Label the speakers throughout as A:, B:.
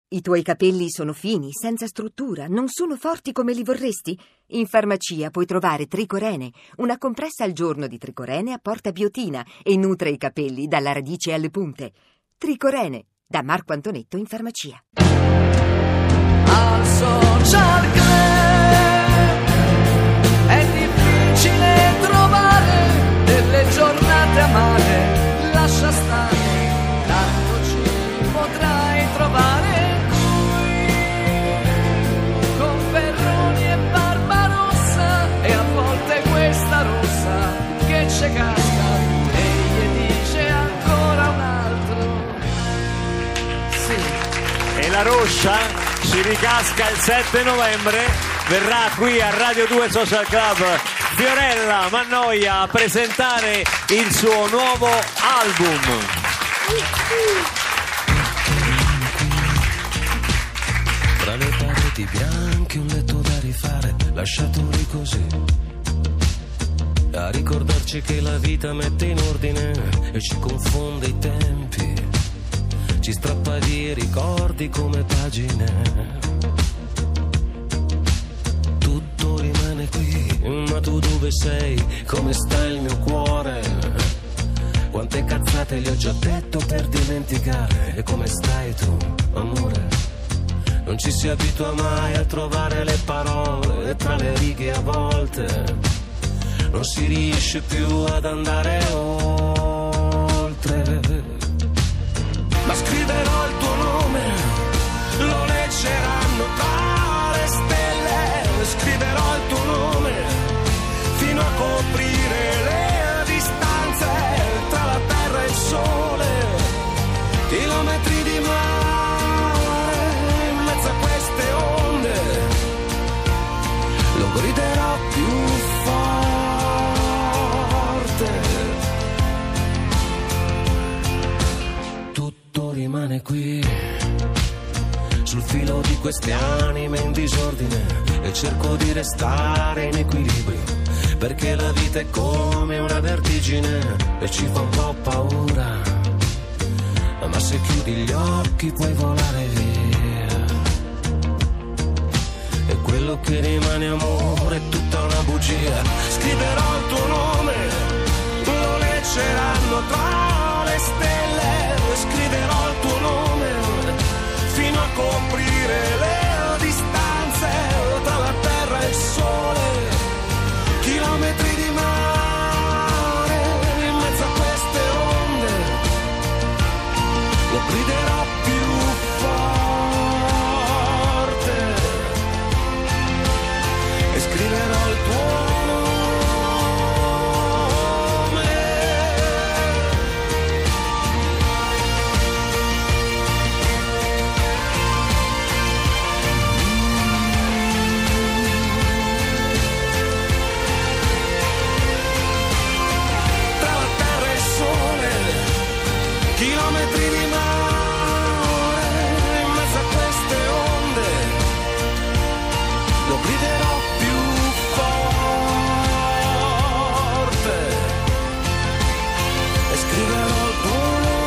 A: I tuoi capelli sono fini, senza struttura, non sono forti come li vorresti? In farmacia puoi trovare Tricorene, una compressa al giorno di Tricorene apporta biotina e nutre i capelli dalla radice alle punte. Tricorene, da Marco Antonetto in farmacia.
B: Al Social Club è difficile trovare delle giornate amare, lascia stare, tanto ci potrai trovare qui con Perroni e Barbarossa, e a volte questa rossa che ci casca e gli dice ancora un altro sì.
C: E la Roscia ci ricasca il 7 novembre, verrà qui a Radio 2 Social Club Fiorella Mannoia a presentare il suo nuovo album.
D: Tra le pareti bianche un letto da rifare, lasciato lì così, a ricordarci che la vita mette in ordine e ci confonde i tempi, ci strappa via i ricordi come pagine. Tutto rimane qui, ma tu dove sei? Come sta il mio cuore? Quante cazzate gli ho già detto per dimenticare. E come stai tu, amore? Non ci si abitua mai a trovare le parole tra le righe, a volte non si riesce più ad andare oltre. Ma scriverò il tuo nome, lo leggeranno tra le stelle. Scriverò il tuo nome fino a coprire le distanze tra la terra e il sole. Chilometri di mare in mezzo a queste onde, lo griderò più forte. Rimane qui sul filo di queste anime in disordine e cerco di restare in equilibrio, perché la vita è come una vertigine e ci fa un po' paura, ma se chiudi gli occhi puoi volare via. E quello che rimane amore è tutta una bugia. Scriverò il tuo nome, lo leggeranno tra le stelle. Scriverò il tuo nome fino a coprire le distanze tra la terra e il sole. Chilometri di mare in mezzo a queste onde, lo griderò più forte e scriverò il tuo nome. Chilometri di mare in mezzo a queste onde, lo griderò più forte e scriverò il tuo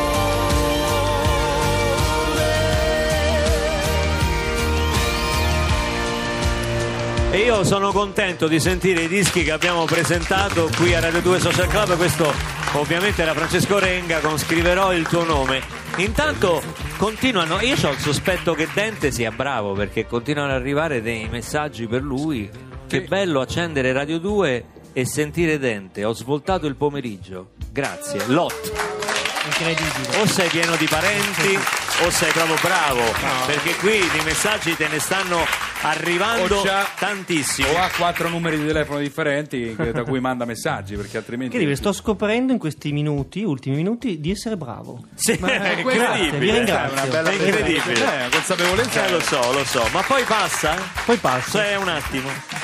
D: nome.
C: E io sono contento di sentire i dischi che abbiamo presentato qui a Radio 2 Social Club. Questo ovviamente era Francesco Renga con Scriverò il tuo nome. Intanto continuano, io ho il sospetto che Dente sia bravo, perché continuano ad arrivare dei messaggi per lui. Che bello accendere Radio 2 e sentire Dente, ho svoltato il pomeriggio, grazie. Lot,
E: incredibile.
C: O sei pieno di parenti o sei proprio bravo, perché qui di messaggi te ne stanno arrivando tantissimi.
F: O ha 4 numeri di telefono differenti da cui manda messaggi, perché altrimenti
E: Sto scoprendo in questi ultimi minuti di essere bravo.
C: Sì, è
E: Grazie, vi ringrazio.
F: È una bella
C: incredibile.
F: consapevolezza.
C: Lo so, ma poi passa?
E: Poi passa.
C: Cioè un attimo.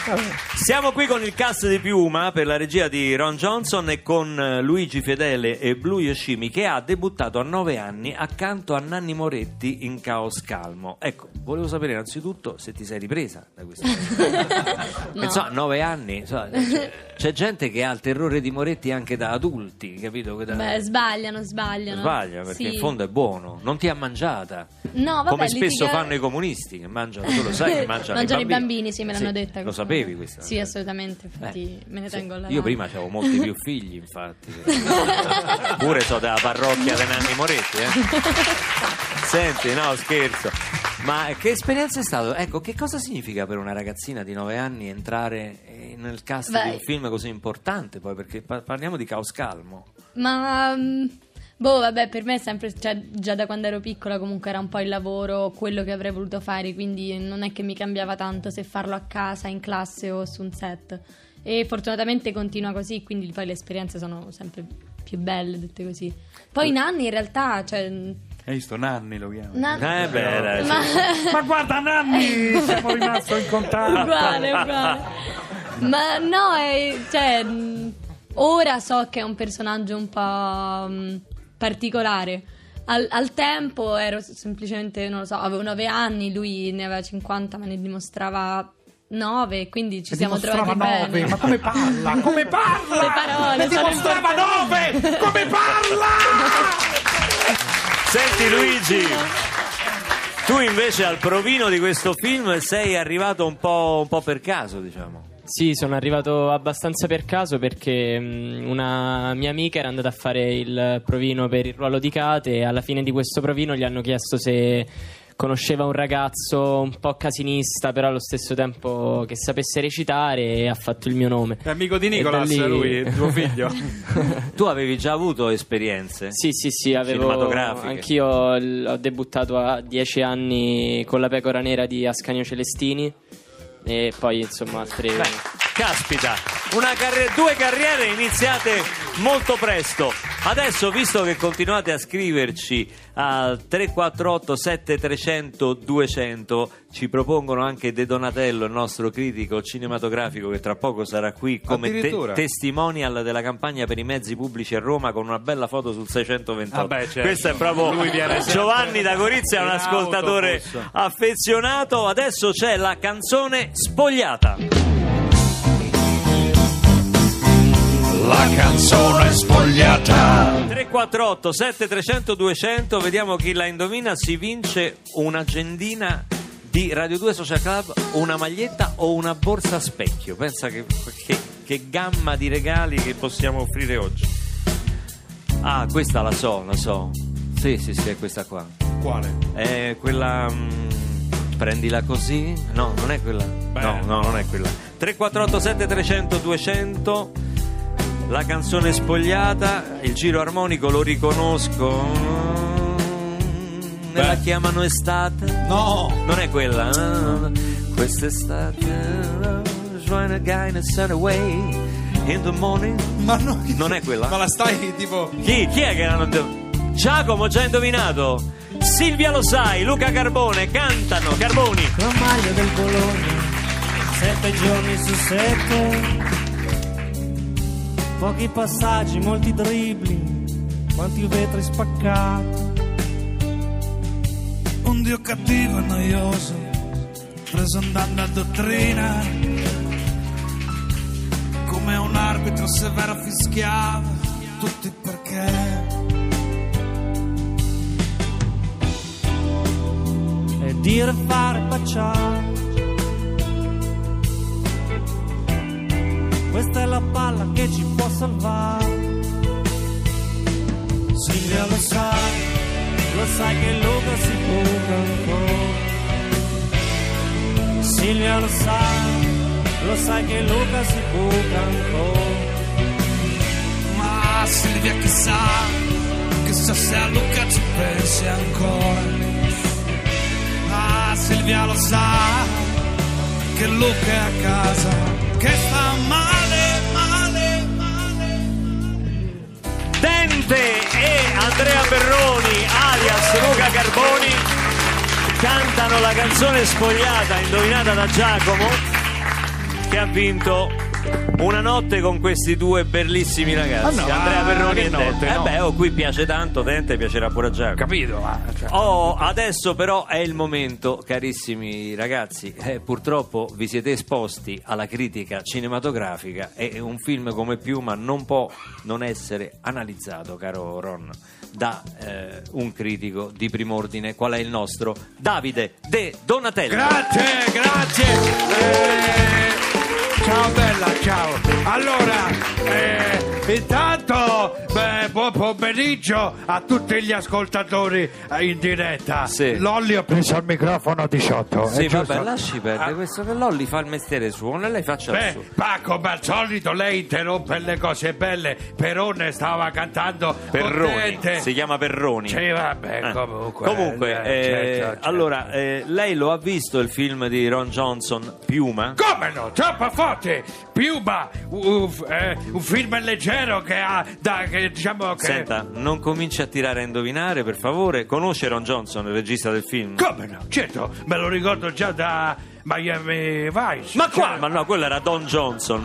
C: Siamo qui con il cast di Piuma per la regia di Ron Johnson e con Luigi Fedele e Blue Yoshimi, che ha debuttato a 9 anni accanto a Nanni Moretti in Caos Calmo. Ecco, volevo sapere innanzitutto se ti sei ripresa da questa
G: No.
C: Insomma, 9 anni, insomma, c'è gente che ha il terrore di Moretti anche da adulti, capito?
G: Beh, sbagliano.
C: Sbaglia, perché
G: Sì.
C: in fondo è buono, non ti ha mangiata.
G: No, vabbè,
C: come spesso
G: litiga-
C: fanno i comunisti che mangiano, tu lo sai che mangiano
G: i bambini, sì, me l'hanno detta.
C: Lo sapevi questa?
G: Sì, assolutamente, infatti me ne
C: Sì.
G: tengo alla
C: Io prima avevo molti più figli, infatti. Pure so della parrocchia di Nanni Moretti, Senti, no, scherzo. Ma che esperienza è stato? Ecco, che cosa significa per una ragazzina di 9 anni entrare nel cast di un film così importante, poi, perché parliamo di Caos Calmo.
G: Ma vabbè, per me è sempre, cioè, già da quando ero piccola comunque era un po' il lavoro, quello che avrei voluto fare, quindi non è che mi cambiava tanto se farlo a casa, in classe o su un set. E fortunatamente continua così, quindi poi le esperienze sono sempre più belle, dette così. Poi Nanni in realtà, cioè...
F: Hai visto Nanni lo chiamo?
C: Beh,
F: Ma guarda Nanni, siamo rimasti in contatto.
G: uguale. Ma no, cioè, ora so che è un personaggio un po' particolare. Al tempo ero semplicemente, non lo so, avevo 9 anni, lui ne aveva 50 ma ne dimostrava 9, quindi ci siamo trovati bene.
F: Ma come parla? Come parla?
G: Le parole
F: ne
G: sono
F: dimostrava 9! Come parla?
C: Senti Luigi, tu invece al provino di questo film sei arrivato un po' per caso, diciamo.
H: Sì, sono arrivato abbastanza per caso perché una mia amica era andata a fare il provino per il ruolo di Kate e alla fine di questo provino gli hanno chiesto se conosceva un ragazzo un po' casinista però allo stesso tempo che sapesse recitare e ha fatto il mio nome.
F: È amico di Nicolas,
H: E da lì-
F: lui, tuo figlio.
C: Tu avevi già avuto esperienze?
H: Sì, avevo
C: Cinematografiche.
H: anch'io ho debuttato a 10 anni con La pecora nera di Ascanio Celestini e poi insomma altre.
C: Caspita, due carriere iniziate molto presto. Adesso, visto che continuate a scriverci al 348 7300 200, ci propongono anche De Donatello, il nostro critico cinematografico, che tra poco sarà qui come
F: Addirittura?
C: testimonial della campagna per i mezzi pubblici a Roma, con una bella foto sul 628.
F: Certo.
C: Questo è proprio
F: Lui viene sempre
C: Giovanni da Gorizia, è un
F: in
C: ascoltatore
F: autobus.
C: affezionato. Adesso c'è la canzone Spogliata.
D: La canzone spogliata.
C: 348 7300 200, vediamo chi la indovina. Si vince un'agendina di Radio 2 Social Club, una maglietta o una borsa a specchio. Pensa che gamma di regali che possiamo offrire oggi. Ah, questa la so. Sì, è questa qua.
F: Quale?
C: È quella. Prendila così? No, non è quella. No, non è quella. 348 7300 200. La canzone Spogliata, il giro armonico lo riconosco. Me la chiamano estate.
F: No!
C: Non è quella. Quest'estate join a guy in a sunny way in the morning.
F: Ma no,
C: Non è quella?
F: Ma la stai tipo...
C: Chi è che l'hanno Giacomo, già indovinato. Silvia Lo Sai, Luca Carbone cantano Carboni.
E: La maglia del Bologna, 7 giorni su 7. Pochi passaggi, molti dribbling, quanti vetri spaccati.
D: Un dio cattivo e noioso, preso andando a dottrina, come un arbitro severo fischiava, tutti perché
E: E dire fare baciare. Questa è la palla che ci può salvare. Silvia lo sai che Luca si buca ancora. Silvia lo sai che Luca si buca ancora.
D: ma Silvia chissà se a Luca ci pensi ancora. Ah, Silvia lo sa che Luca è a casa, che sta male.
C: Dente e Andrea Perroni alias Luca Carboni cantano la canzone Spogliata, indovinata da Giacomo. che ha vinto Una notte con questi due bellissimi ragazzi, Andrea Perroni e Dente. Qui piace tanto, Dente piacerà pure a Giacomo.
F: Capito?
C: Adesso però è il momento, carissimi ragazzi, purtroppo vi siete esposti alla critica cinematografica e un film come Piuma non può non essere analizzato, caro Ron, da un critico di prim'ordine. Qual è il nostro? Davide De Donatello.
I: Grazie. Ciao bella, ciao. Allora, intanto buon pomeriggio a tutti gli ascoltatori in diretta.
C: Sì.
I: Lolli ha preso il microfono 18.
C: Sì, vabbè, lasci perdere questo, che Lolli fa il mestiere suo, non lei faccia il suo.
I: Come al solito lei interrompe le cose belle. Perrone stava cantando.
C: Perroni, si chiama Perroni.
I: Sì, vabbè, comunque.
C: Certo. Allora, lei lo ha visto il film di Ron Johnson, Piuma?
I: Come no? Troppo forte! Piuma, un film leggero che ha diciamo che...
C: Senta, non cominci a tirare a indovinare, per favore. Conosce Ron Johnson, il regista del film?
I: Come no? Certo, me lo ricordo già da Miami Vice.
C: Ma qua? Ma no, quello era Don Johnson.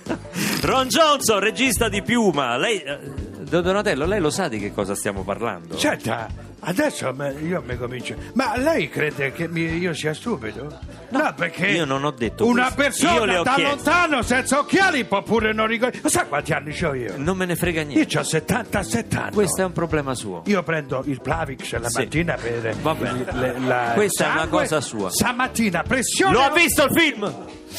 C: Ron Johnson, regista di Piuma. Lei, Donatello, lei lo sa di che cosa stiamo parlando?
I: Senta, adesso io mi comincio. Ma lei crede che io sia stupido? No, perché
C: io non ho detto
I: una
C: questo.
I: persona da lontano senza occhiali può pure non ricordare. Ma sa quanti anni ho io?
C: Non me ne frega niente.
I: Io ho 77 anni.
C: Questo è un problema suo.
I: Io prendo il Plavix la mattina per
C: questa è una cosa sua.
I: Stamattina pressione.
C: Lo ha visto il film?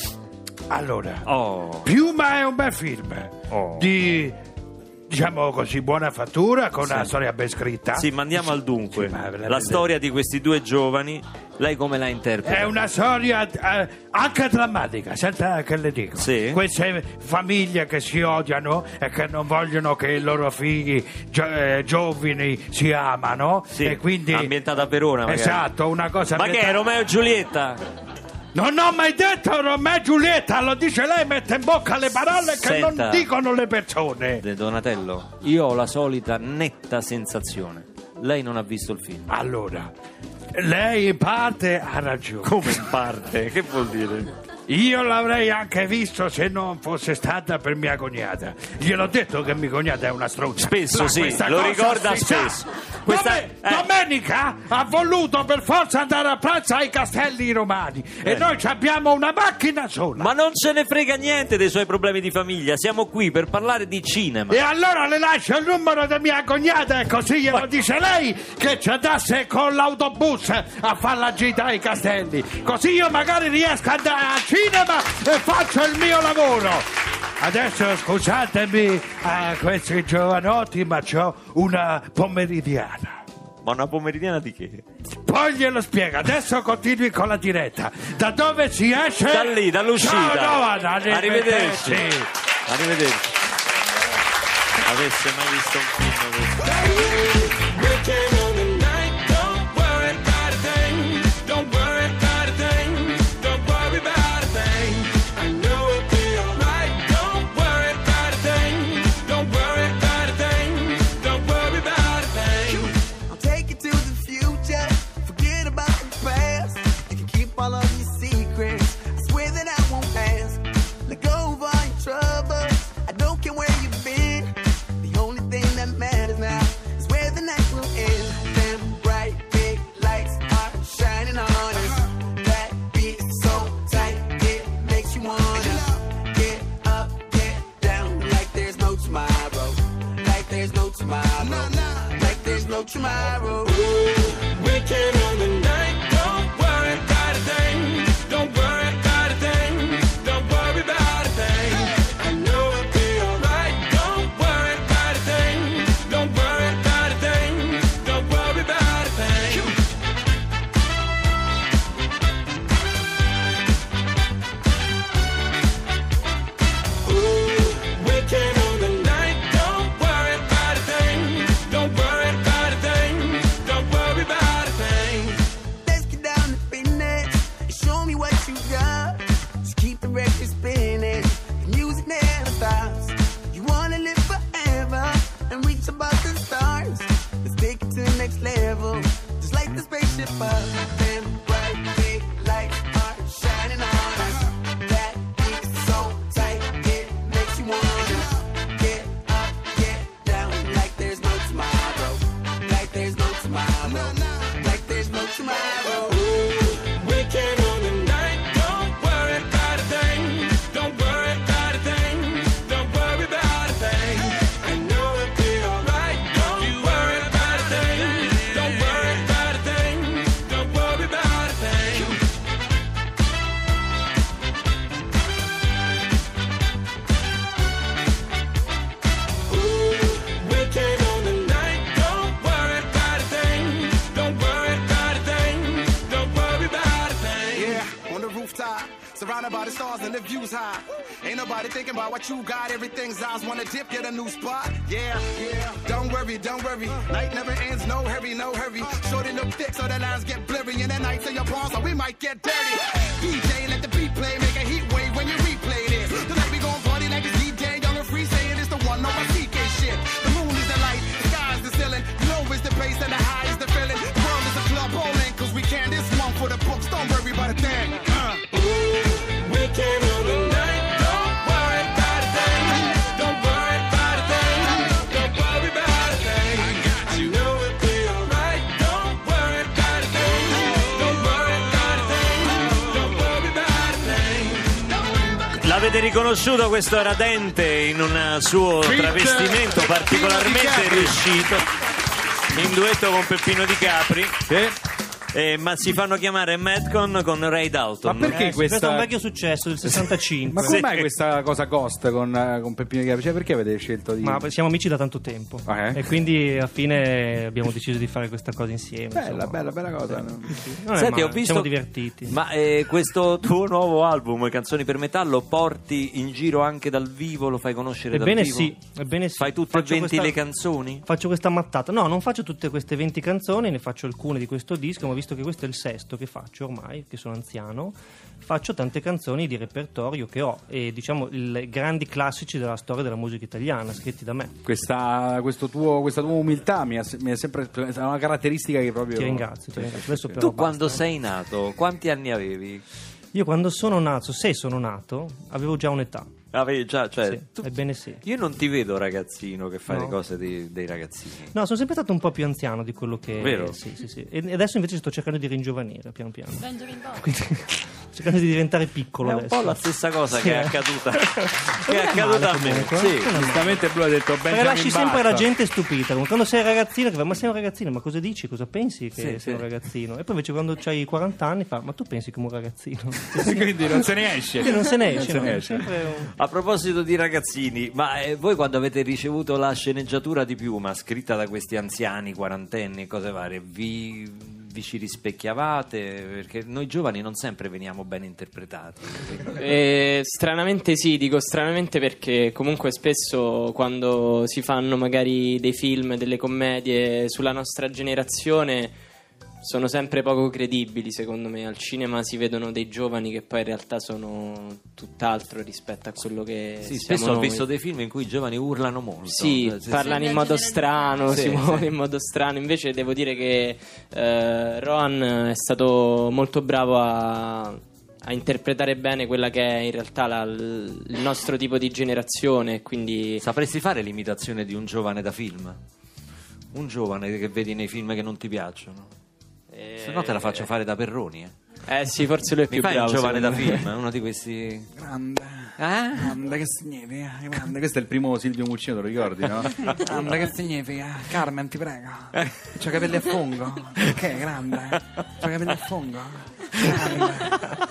I: Allora, Piuma è un bel film di, diciamo così, buona fattura, con una storia ben scritta.
C: Sì, ma andiamo al dunque. La storia di questi due giovani, lei come la interpreta?
I: È una storia anche drammatica, senza che le dico.
C: Sì?
I: Queste famiglie che si odiano e che non vogliono che i loro figli giovani si amano.
C: Sì,
I: e quindi
C: ambientata a Verona, magari.
I: Esatto, una cosa.
C: Ma che è Romeo e Giulietta?
I: Non ho mai detto Romeo e Giulietta, lo dice lei, mette in bocca le parole che non dicono le persone.
C: De Donatello, io ho la solita netta sensazione. Lei non ha visto il film.
I: Allora, lei in parte ha ragione.
C: Come in parte? Che vuol dire?
I: Io l'avrei anche visto se non fosse stata per mia cognata. Gliel'ho detto che mia cognata è una stronza.
C: Spesso sì, lo ricorda spesso.
I: Domenica ha voluto per forza andare a pranzo ai Castelli Romani e noi abbiamo una macchina sola.
C: Ma non ce ne frega niente dei suoi problemi di famiglia, siamo qui per parlare di cinema.
I: E allora le lascio il numero di mia cognata e così glielo dice lei che ci andasse con l'autobus a fare la gita ai Castelli. Così io magari riesco ad andare al cinema e faccio il mio lavoro. Adesso scusatemi a questi giovanotti, ma c'ho una pomeridiana.
C: Ma una pomeridiana di che?
I: Poi glielo spiego, adesso continui con la diretta. Da dove si esce?
C: Da lì, dall'uscita.
I: Ciao,
C: arrivederci. Arrivederci. Avesse mai visto un film questo?
D: Tomorrow, weekend on the night. Don't worry about a thing. Don't worry about a thing. Don't worry about a thing. I know it'll be alright. Don't worry about a thing. Don't worry about a thing. Don't worry about a thing. Ooh, weekend on the night. Don't worry about a thing. Don't worry about a thing.
J: surrounded by the stars and the views high. Ain't nobody thinking about what you got. Everything's eyes wanna dip, get a new spot. Yeah, yeah. Don't worry, don't worry. Night never ends, no hurry, no hurry. Shorty look thick so the lines get blurry. And the nights in your palms, so we might get dirty. DJ, let the beat play, make a heat wave when you replay this. Tonight we gon' party like it's DJ, young and free, saying it's the one over CK shit. The moon is the light, the sky is the ceiling. Low is the bass and the high is the feeling. The world is a club bowling, cause we can this one for the books. Don't worry about a thing.
D: We can rule the night. Don't worry about a thing. Don't worry about a thing. Don't worry about a thing. I know it'll be alright. Don't worry about a thing. Don't worry about a thing. Don't worry about a thing.
C: L'avete riconosciuto? Questo era Dente in un suo travestimento particolarmente riuscito, in duetto con Peppino Di Capri. Ma si fanno chiamare Madcon con Ray Dalton.
F: Ma perché
E: questo è un vecchio successo del 65.
F: Ma come mai questa cosa Ghost con Peppino Di Capri? Cioè, perché avete scelto di...
E: Ma siamo amici da tanto tempo e quindi alla fine abbiamo deciso di fare questa cosa insieme.
F: Bella cosa.
E: Non
C: Senti,
E: è
C: ho
E: male,
C: visto...
E: siamo divertiti.
C: Ma questo tuo nuovo album, Canzoni per metà, lo porti in giro anche dal vivo? Lo fai conoscere dal vivo?
E: Ebbene sì.
C: Fai tutte e 20 le canzoni?
E: Faccio questa mattata. No, non faccio tutte queste 20 canzoni, ne faccio alcune di questo disco, ma visto che questo è il sesto che faccio ormai, che sono anziano, faccio tante canzoni di repertorio che ho e diciamo i grandi classici della storia della musica italiana scritti da me.
F: Questa tua umiltà mi è sempre è una caratteristica che proprio...
E: Ti ringrazio. Adesso però
C: tu quando sei nato, quanti anni avevi?
E: Io quando sono nato, se sono nato, avevo già un'età.
C: Avevi già, cioè,
E: sì, ebbene sì.
C: Io non ti vedo ragazzino che fai le cose dei ragazzini.
E: No, sono sempre stato un po' più anziano di quello che...
C: Vero?
E: Sì. E adesso invece sto cercando di ringiovanire piano piano.
G: Benjamin Button.
E: Quindi cercando di diventare piccolo
C: è
E: adesso.
C: un po' la stessa cosa
E: Sì,
C: che è accaduta che è accaduta a me.
E: comunque,
C: Sì.
F: Giustamente Blu ha detto Benjamin
E: lasci sempre
F: Button.
E: la gente stupita. Quando sei ragazzino che fa, ma sei un ragazzino, ma cosa dici? Cosa pensi che
C: Sì,
E: sei un ragazzino? E poi invece quando hai 40 anni fa, ma tu pensi come un ragazzino?
F: Quindi non se ne esce.
E: Non se ne esce,
F: Non se ne
E: no?
F: esce.
E: Sempre
C: A proposito di ragazzini, ma voi quando avete ricevuto la sceneggiatura di Piuma scritta da questi anziani, quarantenni e cose varie, vi ci rispecchiavate? Perché noi giovani non sempre veniamo ben interpretati.
H: Stranamente sì, dico stranamente perché comunque spesso quando si fanno magari dei film, delle commedie sulla nostra generazione sono sempre poco credibili, secondo me. Al cinema si vedono dei giovani che poi in realtà sono tutt'altro rispetto a quello che
C: Sì,
H: siamo
C: spesso ho
H: noi.
C: visto dei film in cui i giovani urlano molto.
H: Sì, parlano in modo strano,
C: Sì,
H: si muovono in modo strano. Invece devo dire che Rohan è stato molto bravo a interpretare bene quella che è in realtà il nostro tipo di generazione. Quindi
C: sapresti fare l'imitazione di un giovane da film? Un giovane che vedi nei film che non ti piacciono? Se no te la faccio fare da Perroni.
H: Sì, forse lui è
C: Mi
H: più
C: fai
H: bravo.
C: un giovane da
H: secondo me.
C: film, uno di questi.
F: Grande, che significa? Grande, questo è il primo Silvio Muccino, te lo ricordi, no? Grande, che significa? Carmen, ti prego. C'ho i capelli a fungo. Che grande? C'ho i capelli a fungo. Grande.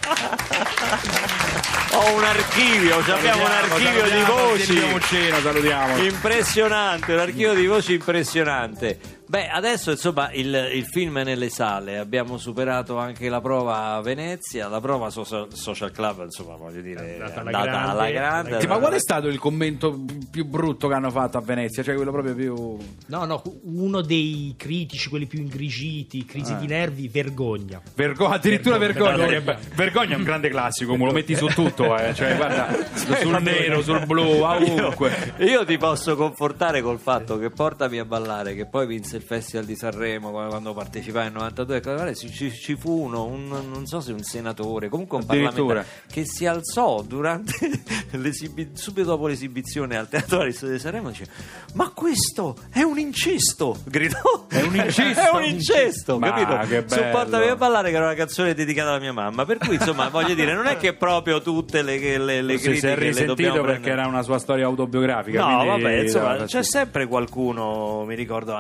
C: Ho un archivio, abbiamo un archivio di voci.
F: Silvio Muccino, salutiamo.
C: Impressionante, un archivio di voci impressionante. Beh, adesso insomma il film è nelle sale, abbiamo superato anche la prova a Venezia, la prova Social Club, insomma, voglio dire, è andata alla grande.
F: Sì, ma qual è stato il commento più brutto che hanno fatto a Venezia? Cioè quello proprio più...
K: No, uno dei critici, quelli più ingrigiti, crisi di nervi, vergogna.
F: Addirittura vergogna. Vergogna è un grande classico, me lo metti su tutto, cioè guarda, sul nero, sul blu, ovunque.
C: Io ti posso confortare col fatto che Portami a ballare, che poi vinse il Festival di Sanremo quando partecipai nel 92, ci fu non so se un senatore, comunque un parlamentare che si alzò durante subito dopo l'esibizione al Teatro Aristotele di Sanremo e dice: ma questo è un incesto, gridò. È un incesto, è un incesto, capito? Su Portami a ballare, che era una canzone dedicata alla mia mamma, per cui insomma voglio dire, non è che proprio tutte le critiche
F: si è risentito perché
C: prendere.
F: era una sua storia autobiografica.
C: No,
F: quindi,
C: vabbè, insomma, c'è sempre qualcuno, mi ricordo anche Vasco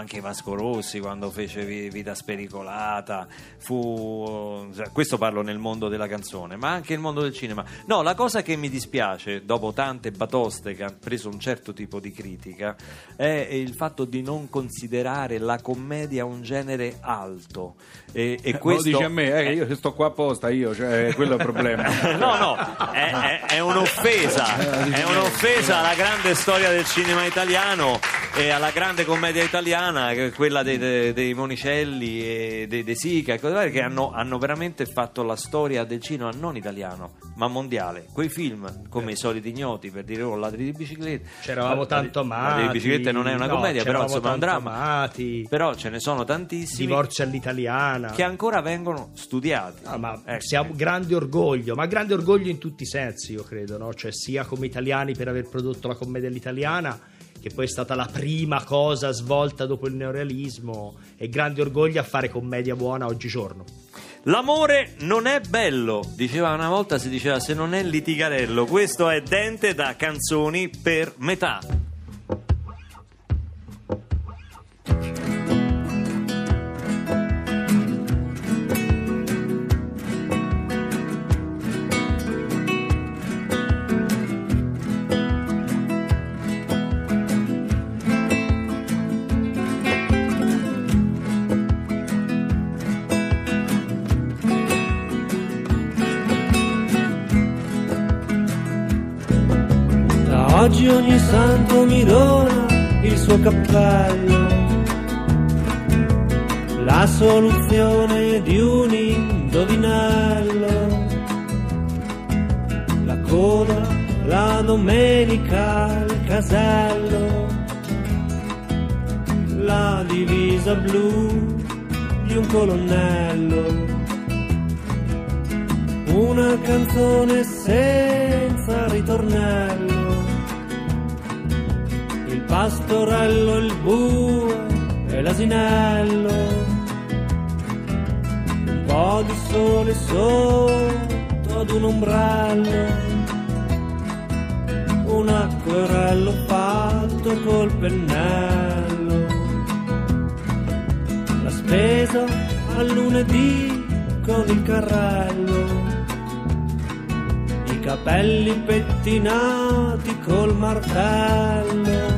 C: Vasco Rossi quando fece Vita spericolata, questo parlo nel mondo della canzone, ma anche nel mondo del cinema. No, la cosa che mi dispiace, dopo tante batoste che hanno preso un certo tipo di critica, è il fatto di non considerare la commedia un genere alto. E questo
F: lo dici a me, io se sto qua apposta, cioè, quello è il problema.
C: No, è un'offesa alla grande storia del cinema italiano e alla grande commedia italiana, che è quella dei Monicelli e dei De Sica, che hanno veramente fatto la storia del cinema non italiano ma mondiale. Quei film come I Soliti Ignoti, per dire, Ladri di biciclette,
K: c'eravamo tanto amati.
C: Ladri di biciclette non è una commedia, però insomma è un dramma.
K: Amati.
C: Però ce ne sono tantissimi.
K: Divorzio all'italiana,
C: che ancora vengono studiati.
K: Siamo grande orgoglio, ma grande orgoglio in tutti i sensi, io credo, no? Cioè sia come italiani per aver prodotto la commedia all'italiana, che poi è stata la prima cosa svolta dopo il neorealismo, e grande orgoglio a fare commedia buona oggigiorno.
C: L'amore non è bello, diceva una volta, si diceva, se non è litigarello. Questo è Dente da Canzoni per metà.
L: Oggi ogni santo mi dona il suo cappello, la soluzione di un indovinello, la coda, la domenica, il casello, la divisa blu di un colonnello, una canzone senza ritornello, il pastorello, il bue e l'asinello, un po' di sole sotto ad un ombrello, un acquerello fatto col pennello, la spesa al lunedì con il carrello, i capelli pettinati col martello,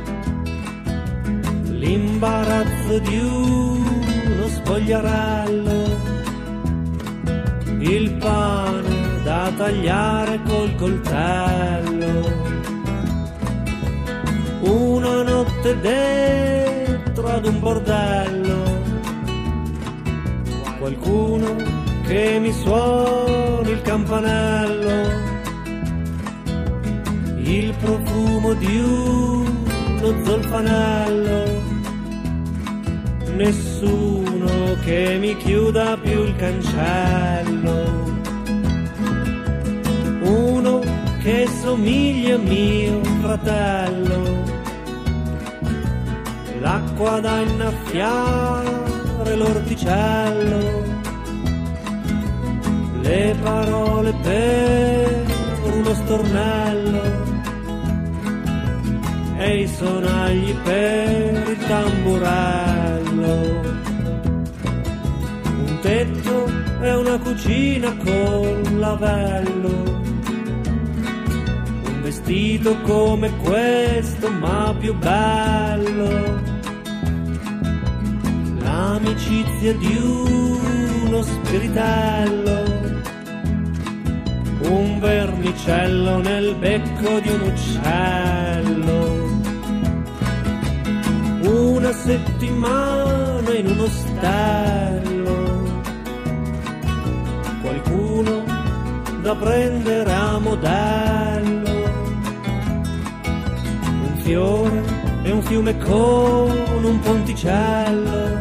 L: l'imbarazzo di uno spogliarello, il pane da tagliare col coltello, una notte dentro ad un bordello, qualcuno che mi suoni il campanello, il profumo di uno zolfanello, nessuno che mi chiuda più il cancello, uno che somiglia a mio fratello, l'acqua da innaffiare, l'orticello, le parole per uno stornello e i sonagli per il tamburello, un tetto e una cucina con lavello, un vestito come questo ma più bello, l'amicizia di uno spiritello, un vermicello nel becco di un uccello, una settimana in un ostello, qualcuno da prendere a modello, un fiore e un fiume con un ponticello,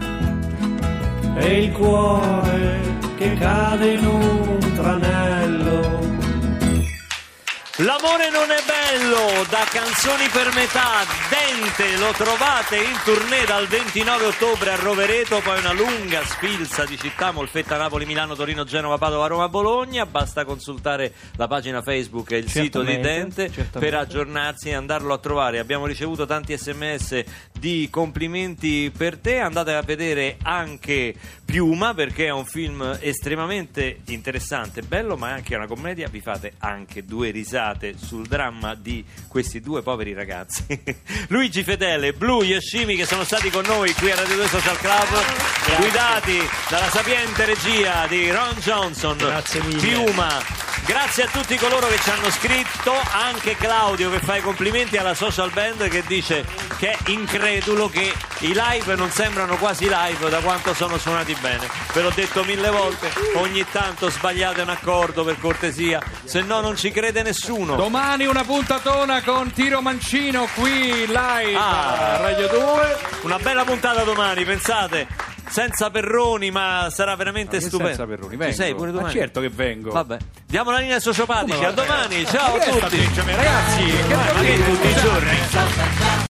L: e il cuore che cade in un tranello.
C: La L'amore non è bello, da Canzoni per metà. Dente lo trovate in tournée dal 29 ottobre a Rovereto, poi una lunga sfilza di città: Molfetta, Napoli, Milano, Torino, Genova, Padova, Roma, Bologna. Basta consultare la pagina Facebook e il sito di Dente per aggiornarsi e andarlo a trovare. Abbiamo ricevuto tanti SMS di complimenti per te. Andate a vedere anche Piuma, perché è un film estremamente interessante, bello, ma è anche una commedia. Vi fate anche due risate sul dramma di questi due poveri ragazzi. Luigi Fedele, Blu, Yoshimi, che sono stati con noi qui a Radio 2 Social Club, guidati dalla sapiente regia di Ron Johnson.
K: Grazie mille.
C: Piuma. Grazie a tutti coloro che ci hanno scritto, anche Claudio che fa i complimenti alla Social Band, che dice che è incredulo che i live non sembrano quasi live da quanto sono suonati bene. Ve l'ho detto 1000 volte, ogni tanto sbagliate un accordo per cortesia, se no non ci crede nessuno.
F: Domani una puntatona con Tiro Mancino qui live a Radio 2.
C: Una bella puntata domani, pensate. Senza Perroni, ma sarà veramente stupendo.
F: Senza Perroni, vengo.
C: Ci sei pure domani?
F: Ma certo che vengo.
C: Vabbè. Diamo la linea ai sociopatici, a domani, ciao a tutti.
F: Ragazzi,
C: ma che tutti i giorni?